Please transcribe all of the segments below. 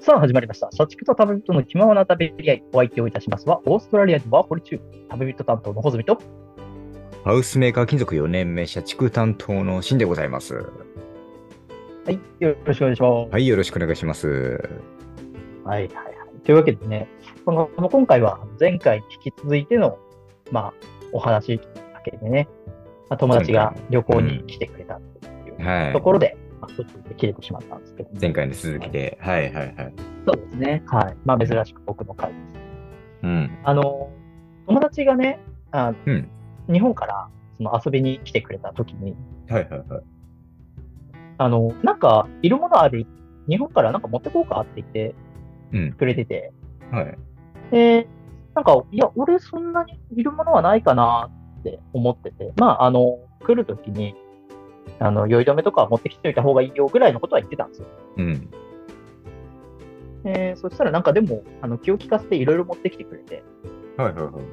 さあ始まりました。社畜と旅人の気ままな旅り合い。お相手をいたしますは、オーストラリアでワーホリ中、旅人担当のホズミと、 ハウスメーカー金属4年目、社畜担当のシンでございます。 はい、よろしくお願いします。 はい、よろしくお願いします。 はい。というわけでね、今回は前回に引き続いての、お話だけでね、友達が旅行に来てくれたっていうところで、途中で切れてしまったんですけど、 前回の続きで、はい。 そうですね。はい。珍しく僕の回です。 うん。 友達がね、 うん。 日本から遊びに来てくれた時に、 はい。 なんか、いるものある、日本からなんか持ってこうかって言ってくれてて、 はい。 で、なんか、いや、俺そんなにいるものはないかなって思ってて、来る時に、酔い止めとか持ってきておいた方がいいよぐらいのことは言ってたんですよ。 うん。 そしたらなんかでも、気を利かせていろいろ持ってきてくれて、 はい。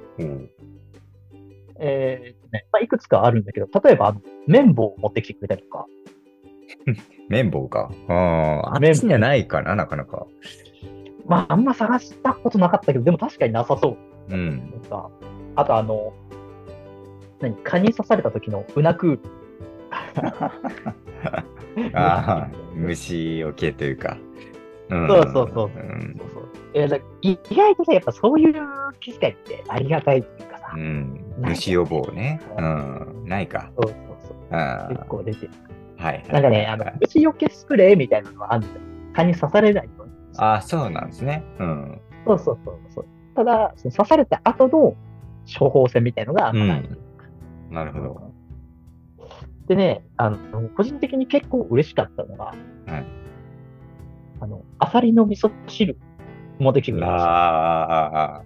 いくつかあるんだけど、例えば、綿棒を持ってきてくれたりとか。 綿棒か。あっちにはないかな、なかなか。 あんま探したことなかったけど、でも確かになさそう。 うん。 あと蚊に刺された時のうなクール。 虫よけというか。 そう。意外とさ、やっぱそういう機会ってありがたいっていうかさ。 虫予防ね。ないか。 そう。結構出てる。 はい。 なんかね、虫よけスプレーみたいなのがあるんだよ。蚊に刺されないように。 そうなんですね。 そう。ただ、刺された後の処方箋みたいのがない。 なるほど。 でね、個人的に結構嬉しかったのが、アサリの味噌汁持ってきてくれました。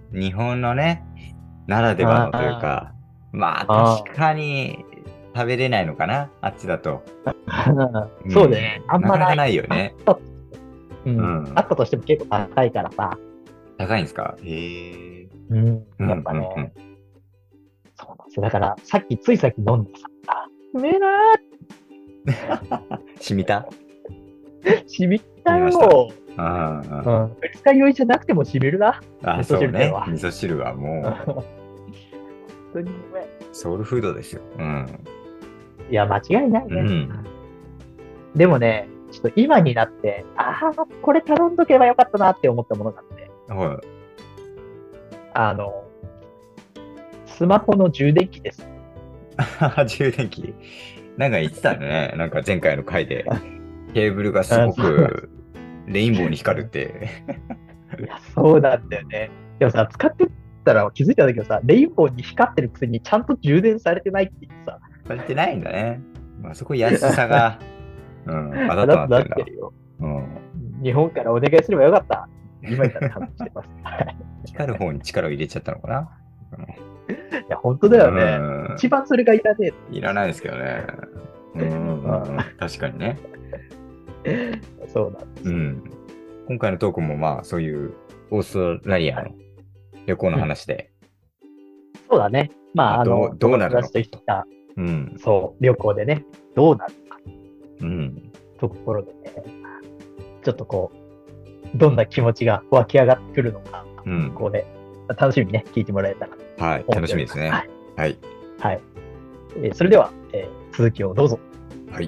日本のね、ならではのというか、確かに食べれないのかな、あっちだと。 そうね、あんまなかなかないよね。 あったとしても結構高いからさ。 高いんですか？へえ。 やっぱね、そうなんですよ。だから、ついさっき飲んでさ、うめえなー染みたよー。 二日酔いじゃなくても染みるな。 そうね。味噌汁はもう、 本当にうめえ。 ソウルフードですよ。 いや、間違いないね。でもね、ちょっと今になって、これ頼んどけばよかったなって思ったものがあって。スマホの充電器です。 充電器。なんか言ってたね。なんか前回の回で。ケーブルがすごくレインボーに光るって。 いや、そうなんだよね。でもさ、使ってたら気づいたんだけどさ、レインボーに光ってるくせにちゃんと充電されてないっていうさ。 されてないんだね。そこ安さが、あだとなってるよ。 日本からお願いすればよかった。今言ったら話してます。 光る方に力を入れちゃったのかな。 いや、本当だよね。一番それがいらねえ。いらないですけどね。確かにね。 そうなんです。 今回のトークもそういうオーストラリアの旅行の話で。 そうだね。 どうなるのかと。そう、旅行でね、どうなるのか。ところでね、ちょっとこう、どんな気持ちが湧き上がってくるのか、ここで楽しみにね、聞いてもらえたら。 はい、楽しみですね。はい。 それでは、続きをどうぞ。 はい。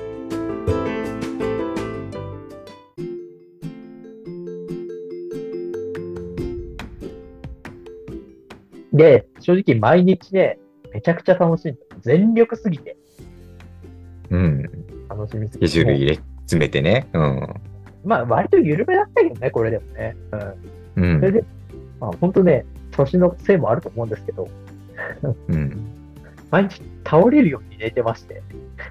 で、正直毎日ね、めちゃくちゃ楽しい。全力すぎて。楽しみすぎて。 スケジュール入れ詰めてね。 割と緩めだったけどね、これでもね。それで、本当ね、年のせいもあると思うんですけど、毎日倒れるように寝てまして。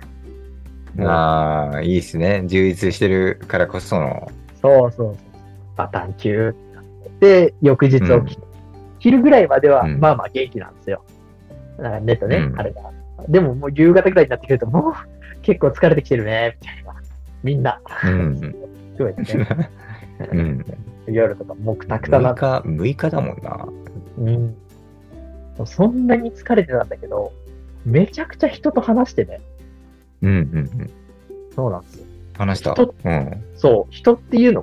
いいですね。充実してるからこその。 そう。バタン級で、翌日起きて、昼ぐらいまでは、元気なんですよ。寝たね、あれが。でももう夕方ぐらいになってくると、もう結構疲れてきてるね、みたいな。みんな。含めてね。夜とかもうくたくたな。 6日だもんな。 そんなに疲れてたんだけど、めちゃくちゃ人と話してね。そうなんですよ。 話した。 そう、人っていうのも、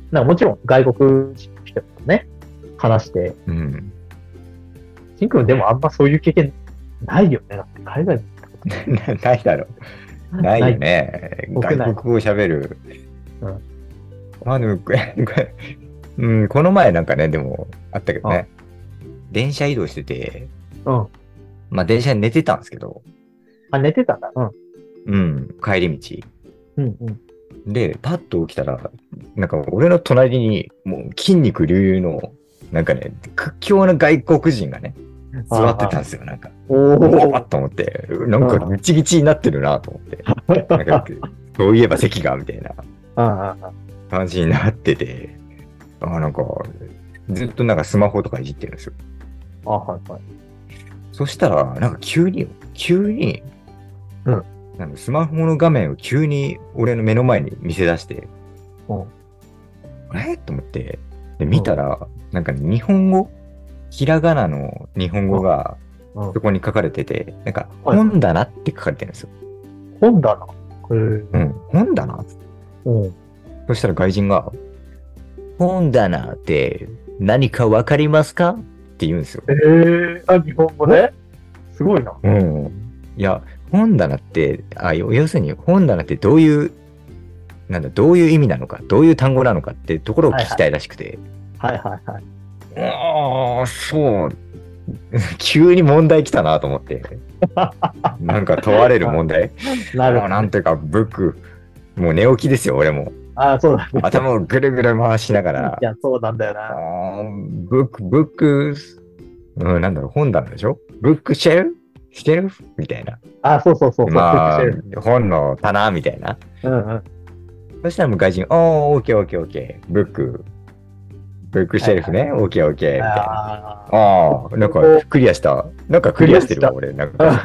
なんかもちろん外国人の人とね、話して、 うん。 しんくんでもあんまそういう経験ないよね。だって海外に行ったことないだろ。ないよない。 ね。 国内。 外国語喋る。 うん。 まあでも、うん、この前なんかね、でもあったけどあ、 ね。電車移動してて、 うん。 まあ電車に寝てたんですけど、 あ、寝てたんだ。うん。 うん、帰り道。 うんうん。 で、パッと起きたら、なんか俺の隣に、もう筋肉隆々の、なんかね、屈強な外国人がね、座ってたんですよ、なんか。 おおーっお。 と思って、なんかギチギチになってるなと思って。なんか、そういえば席が、みたいな感じになってて、なんか、ずっとなんかスマホとかいじってるんですよ。 はいはい。 そしたら、なんか急に、 うん。 なんかスマホの画面を急に俺の目の前に見せ出して、 うん。 あれと思って、で、見たら、なんか日本語、ひらがなの日本語がうん。 そこに書かれてて、なんかはい。 本棚って書かれてるんですよ。 本棚。へえ。 うん、本棚。 うん。 そしたら外人が、本棚って何かわかりますかって言うんですよ。 あ、日本語ね。すごいな。 うん。いや、本棚って、要するに本棚ってどういう、なんだ、どういう意味なのか、どういう単語なのかってところを聞きたいらしくて。 はいはいはい。 ああ、そう。急に問題来たなと思って。なんか問われる問題。 なるほど。 なんていうか、もう寝起きですよ、俺も。 そうだね。 頭をぐるぐる回しながら。 いや、そうなんだよな。 ブック、なんだろう、本棚でしょブックシェルフみたいな。 そうそうそうそう。 まあ、本の棚みたいな。 うんうん。 そしたらもう外人、オーケーオーケーオーケー。ブックシェルフね。オーケーオーケー。みたいな。なんかクリアした。なんかクリアしてるわ、俺。なんか。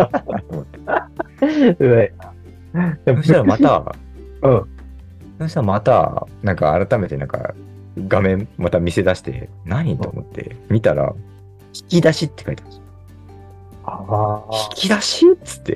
そしたらまた、なんか改めてなんか画面また見せ出して、何と思って見たら、引き出しって書いてあるんですよ。引き出しっつって、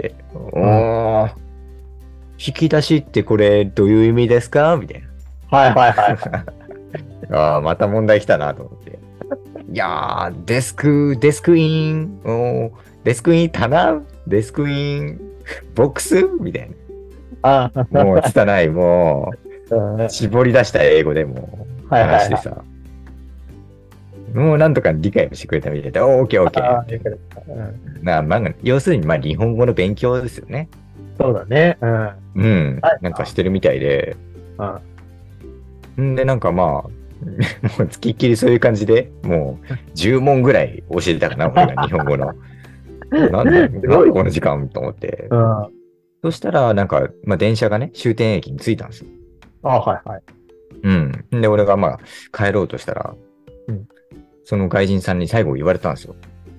引き出しってこれどういう意味ですかみたいな。はいはいはい。 また問題来たなと思って。いやー、デスクイン、デスクイン棚デスクイン、ボックスみたいな。もう拙い、もう、絞り出した英語でも話してさ。もうなんとか理解をしてくれたみたいで、オーケーオーケー。要するに、まあ、日本語の勉強ですよね。 そうだね。 うん。なんかしてるみたいで。で、なんかまあ、もう付きっきりそういう感じで、もう10問ぐらい教えてたかな、俺が日本語の。なんだこの時間と思って。そしたら、なんか、まあ、電車がね、終点駅に着いたんですよ。 はいはい。 うん。で、俺がまあ、帰ろうとしたら、その外人さんに最後言われたんですよ。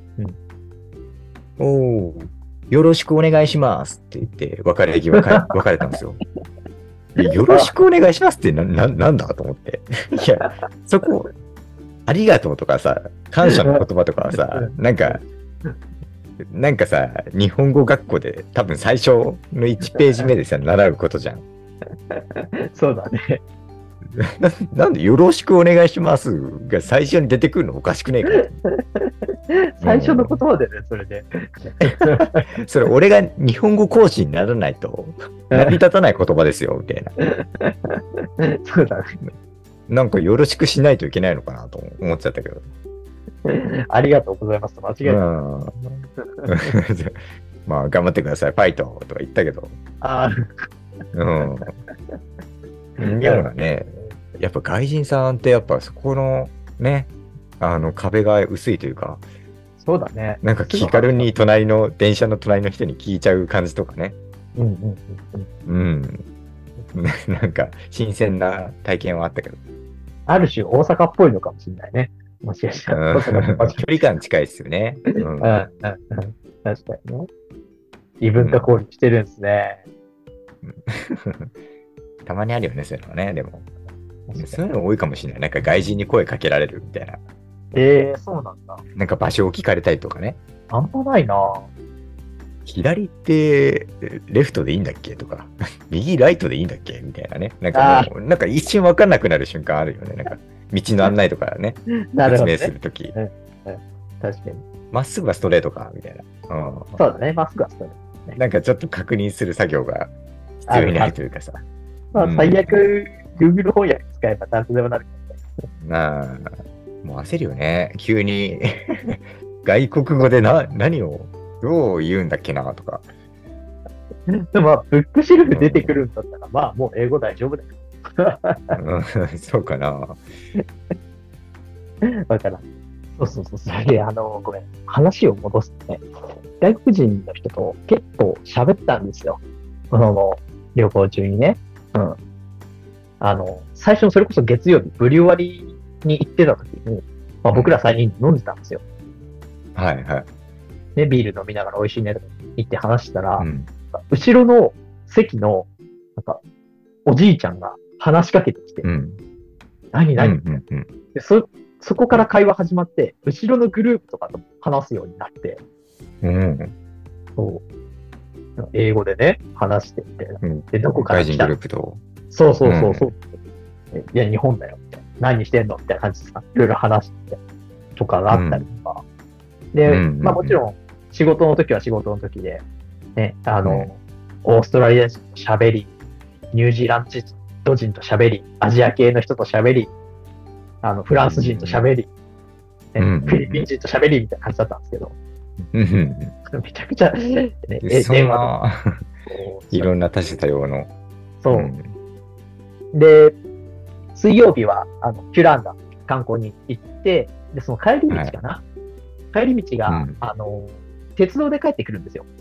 よろしくお願いしますって言って、別れたんですよ。よろしくお願いしますってなんだと思って。いや、そこ、ありがとうとかさ、感謝の言葉とかはさ、なんかさ、日本語学校で多分最初の1ページ目でさ、習うことじゃん。 そうだね。 なんでよろしくお願いしますが最初に出てくるのおかしくねえか。 最初の言葉でね、それで。 それ俺が日本語講師にならないと成り立たない言葉ですよ、みたいな。 そうだね。 なんかよろしくしないといけないのかなと思っちゃったけど。 ありがとうございますと間違えた。まあ頑張ってください、ファイトとか言ったけど。でもね、やっぱ外人さんってやっぱそこのね、壁が薄いというか、 そうだね。 なんか気軽に電車の隣の人に聞いちゃう感じとかね。なんか新鮮な体験はあったけど。 ある種大阪っぽいのかもしれないね。もしかしたら。距離感近いですよね。 確かにね。異文化交流してるんですね。 たまにあるよね、そういうのはね、でも。そういうの多いかもしれない。なんか外人に声かけられるみたいな。 そうなんだ。 なんか場所を聞かれたりとかね。 あんまないな。 左ってレフトでいいんだっけとか、右ライトでいいんだっけみたいなね。なんかもう、なんか一瞬わかんなくなる瞬間あるよね。なんか、道の案内とかね、説明するとき。 確かに。 まっすぐはストレートかみたいな。 そうだね、まっすぐはストレート、ね。 なんかちょっと確認する作業が必要になるというかさ。 まあ、最悪、Google 翻訳使えば何とでもなるなあ、もう焦るよね。急に外国語で何をどう言うんだっけなとか。 でもまあ、ブックシェルフ出てくるんだったら、まあ、もう英語大丈夫だよ。 そうかな。 だからん。そう。で、ごめん。話を戻すとね、外国人の人と結構喋ったんですよ。旅行中にね。最初のそれこそ月曜日、ブリュワリーに行ってた時に、まあ、僕ら3人飲んでたんですよ。 はいはい。 ね、ビール飲みながら美味しいねとか言って話したら、後ろの席の、なんか、おじいちゃんが話しかけてきて、何、でそこから会話始まって、後ろのグループとかと話すようになって、そう。英語でね、話してみたいな。で、どこから来た？ 外人グループと。 そう。いや、日本だよ、みたいな。何してんのみたいな感じでさ、いろいろ話してとかがあったりとか。で、まあもちろん、仕事の時は仕事の時で、ね、オーストラリア人と喋り、ニュージーランド人と喋り、アジア系の人と喋り、フランス人と喋り、フィリピン人と喋りみたいな感じだったんですけど、めちゃくちゃ、 電話いろんな多種多様の。 そう。で、水曜日は、キュランダ観光に行って、で、その帰り道かな、帰り道が、鉄道で帰ってくるんですよ。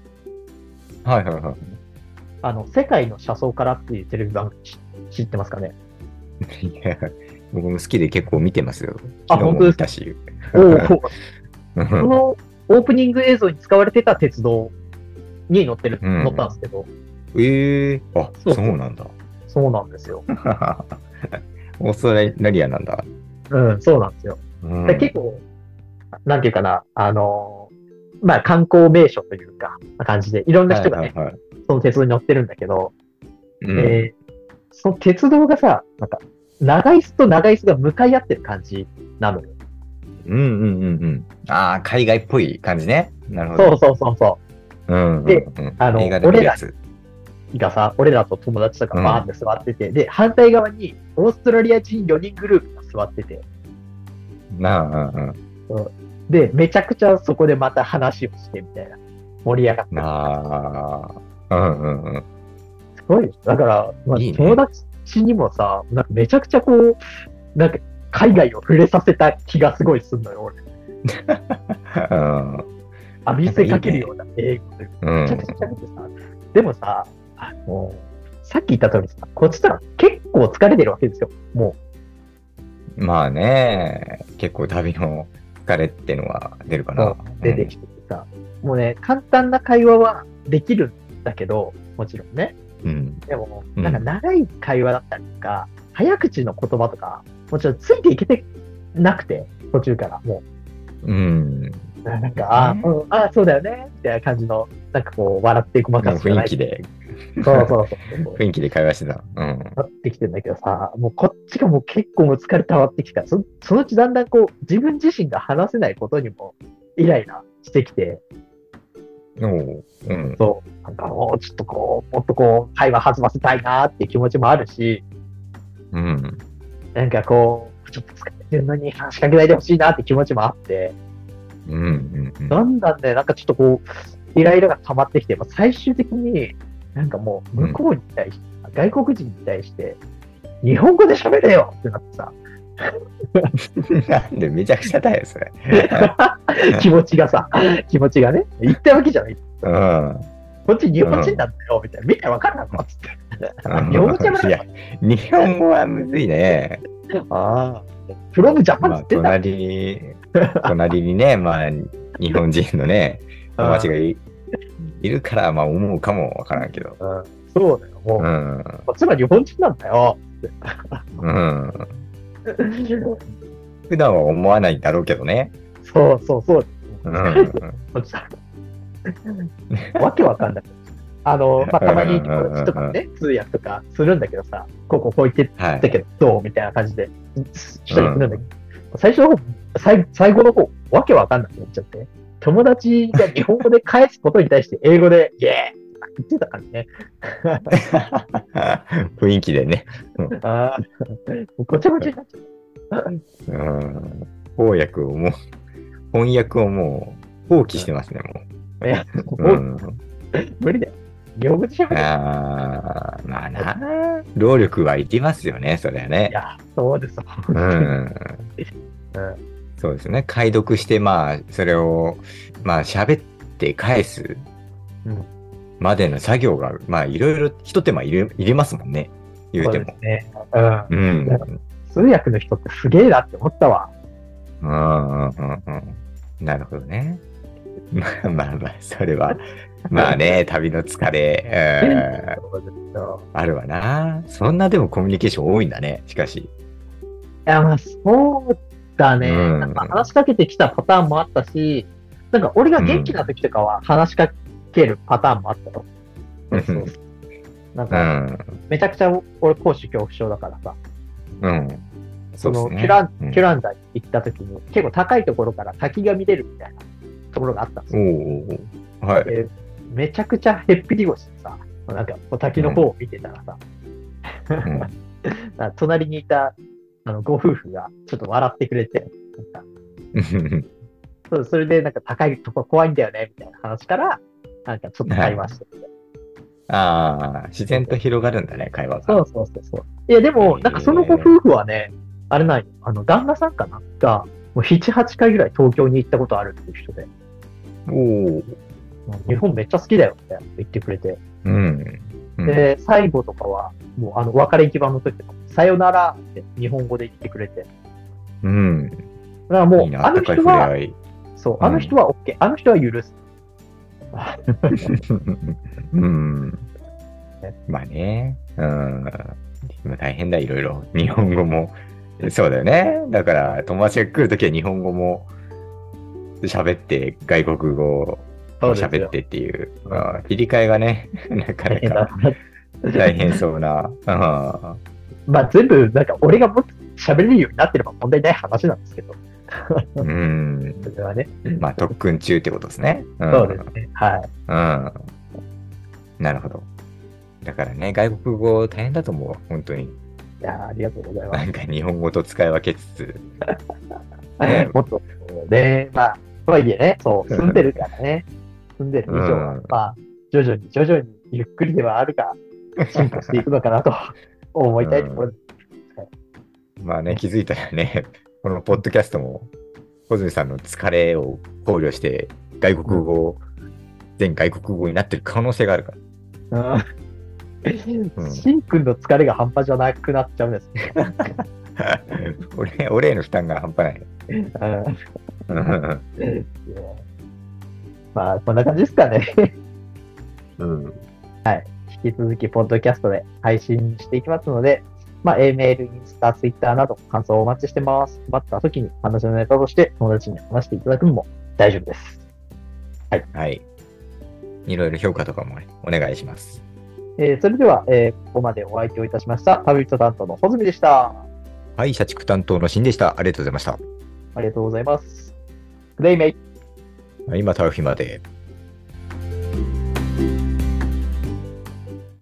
世界の車窓からっていうテレビ番組知ってますかね？ いや、僕も好きで結構見てますよ。 本当ですか？そのオープニング映像に使われてた鉄道に乗ったんですけど。 そうなんだ。 そうなんですよ。 オーストラリアなんだ。 そうなんですよ。結構、なんていうかな、まあ、観光名所というか、感じで、いろんな人がね、その鉄道に乗ってるんだけど、その鉄道がさ、なんか、長椅子と長椅子が向かい合ってる感じなのよ。 ああ、海外っぽい感じね。なるほど。 そう。で、俺らと友達とかバーって座ってて、で、反対側にオーストラリア人4人グループが座ってて、で、めちゃくちゃそこでまた話をしてみたいな、盛り上がって。すごいです。だから、まあ、友達にもさ、なんかめちゃくちゃこう、なんか海外を触れさせた気がすごいすんのよ、俺。浴びせかけるような英語で。めちゃくちゃ見てさ、でもさ、さっき言った通りさ、こっちとら結構疲れてるわけですよ、もう。まあね、結構旅の疲れってのは出るかな。 出てきてさ、もうね、簡単な会話はできるんだけど、もちろんね。でも、なんか長い会話だったりとか、早口の言葉とか、もちろんついていけてなくて、途中からもう。なんか、そうだよね、みたいな感じの、なんかこう、笑ってごまかす雰囲気で。 そう。 雰囲気で会話してた。 なってきてんだけどさ、もうこっちがもう結構もう疲れ溜まってきた。そのうちだんだんこう、自分自身が話せないことにもイライラしてきて。そう。なんかもうちょっとこう、もっとこう、会話弾ませたいなっていう気持ちもあるし、なんかこう、ちょっと疲れてるのに話しかけないでほしいなって気持ちもあって、だんだんね、なんかちょっとこう、イライラが溜まってきて、最終的になんかもう、向こうに対して、外国人に対して、日本語で喋れよってなってさ。 なんでめちゃくちゃだよ、それ。 気持ちがね、言ったわけじゃない。こっち日本人なんだよ、みたいな。みんなわかんないのっつって。日本語じゃない。 いや、日本語はむずいね。 フロムジャパンって言って隣にね、まあ、日本人のね、友達がいるから、まあ思うかもわからんけど。 そうだよ、もう。こっちは日本人なんだよ。 普段は思わないんだろうけどね。 そう。 わけわかんない。まあ、たまに友達とかね、通訳とかするんだけどさ、こう言ってたけど、どうみたいな感じで、したりするんだけど、最初の方、最後の方、わけわかんなくなっちゃって、友達が日本語で返すことに対して英語で、イェーイ言ってたからね。 雰囲気でね。 ああ、ごちゃごちゃになっちゃった。 翻訳をもう放棄してますね、もう。 いや、無理だよ。日本語で喋る。 まあな、労力はいりますよね、それはね。 いや、そうです。 そうですね。解読して、まあ、それを、まあ、喋って返すまでの作業が、まあ、いろいろ一手間入れますもんね。言うても。 そうですね。通訳の人ってすげえなって思ったわ。 なるほどね。まあ、それは、まあね、旅の疲れ、あるわな。そんなでもコミュニケーション多いんだね、しかし。 いや、まあ、そうだね。なんか話しかけてきたパターンもあったし、なんか俺が元気な時とかは話しかけるパターンもあったよ。なんか、めちゃくちゃ俺、高所恐怖症だからさ。そのキュランダに行った時に、結構高いところから滝が見れるみたいなところがあったんですよ。 はい。 めちゃくちゃへっぴり腰でさ、なんか滝の方を見てたらさ、隣にいたご夫婦がちょっと笑ってくれて、それでなんか高いとこ怖いんだよねみたいな話から、なんかちょっと会話してて。 自然と広がるんだね、会話が。 そう。いや、でも、なんかそのご夫婦はね、あれない旦那さんかなが、もう7、8回ぐらい東京に行ったことあるっていう人で。日本めっちゃ好きだよって言ってくれて。で、最後とかは、もう別れ行き場の時とか、さよならって日本語で言ってくれて。だからもう、あの人は OK。あの人は許す。 まあね。大変だ、いろいろ。日本語も。そうだよね。だから、友達が来るときは日本語も喋って、外国語を喋ってっていう、切り替えがね、なかなか大変そうな。 まあ全部、なんか俺がもっと喋れるようになってれば問題ない話なんですけど。それはね。 まあ特訓中ってことですね。 そうですね。はい。 なるほど。だからね、外国語大変だと思う、本当に。 いや、ありがとうございます。 なんか日本語と使い分けつつ。 もっと、ね、まあ、とはいえね、そう、住んでるからね。住んでる以上は、まあ、徐々に、ゆっくりではあるが、進歩していくのかなと思いたいところです。 まあね、気づいたらね、このポッドキャストも、小泉さんの疲れを考慮して、全外国語になってる可能性があるから。 しんくんの疲れが半端じゃなくなっちゃうんです、ね。 俺への負担が半端ない。 まあ、こんな感じですかね。はい。引き続き、ポッドキャストで配信していきますので、まあ、メール、インスタ、ツイッターなど感想をお待ちしてます。困った時に話のネタとして友達に話していただくのも大丈夫です。 はい。いろいろ評価とかも、ね、お願いします。 それでは、ここまでお相手をいたしました。旅人担当の穂積でした。 はい、社畜担当のシンでした。ありがとうございました。 ありがとうございます。グレイメイ。 はい、また会う日まで。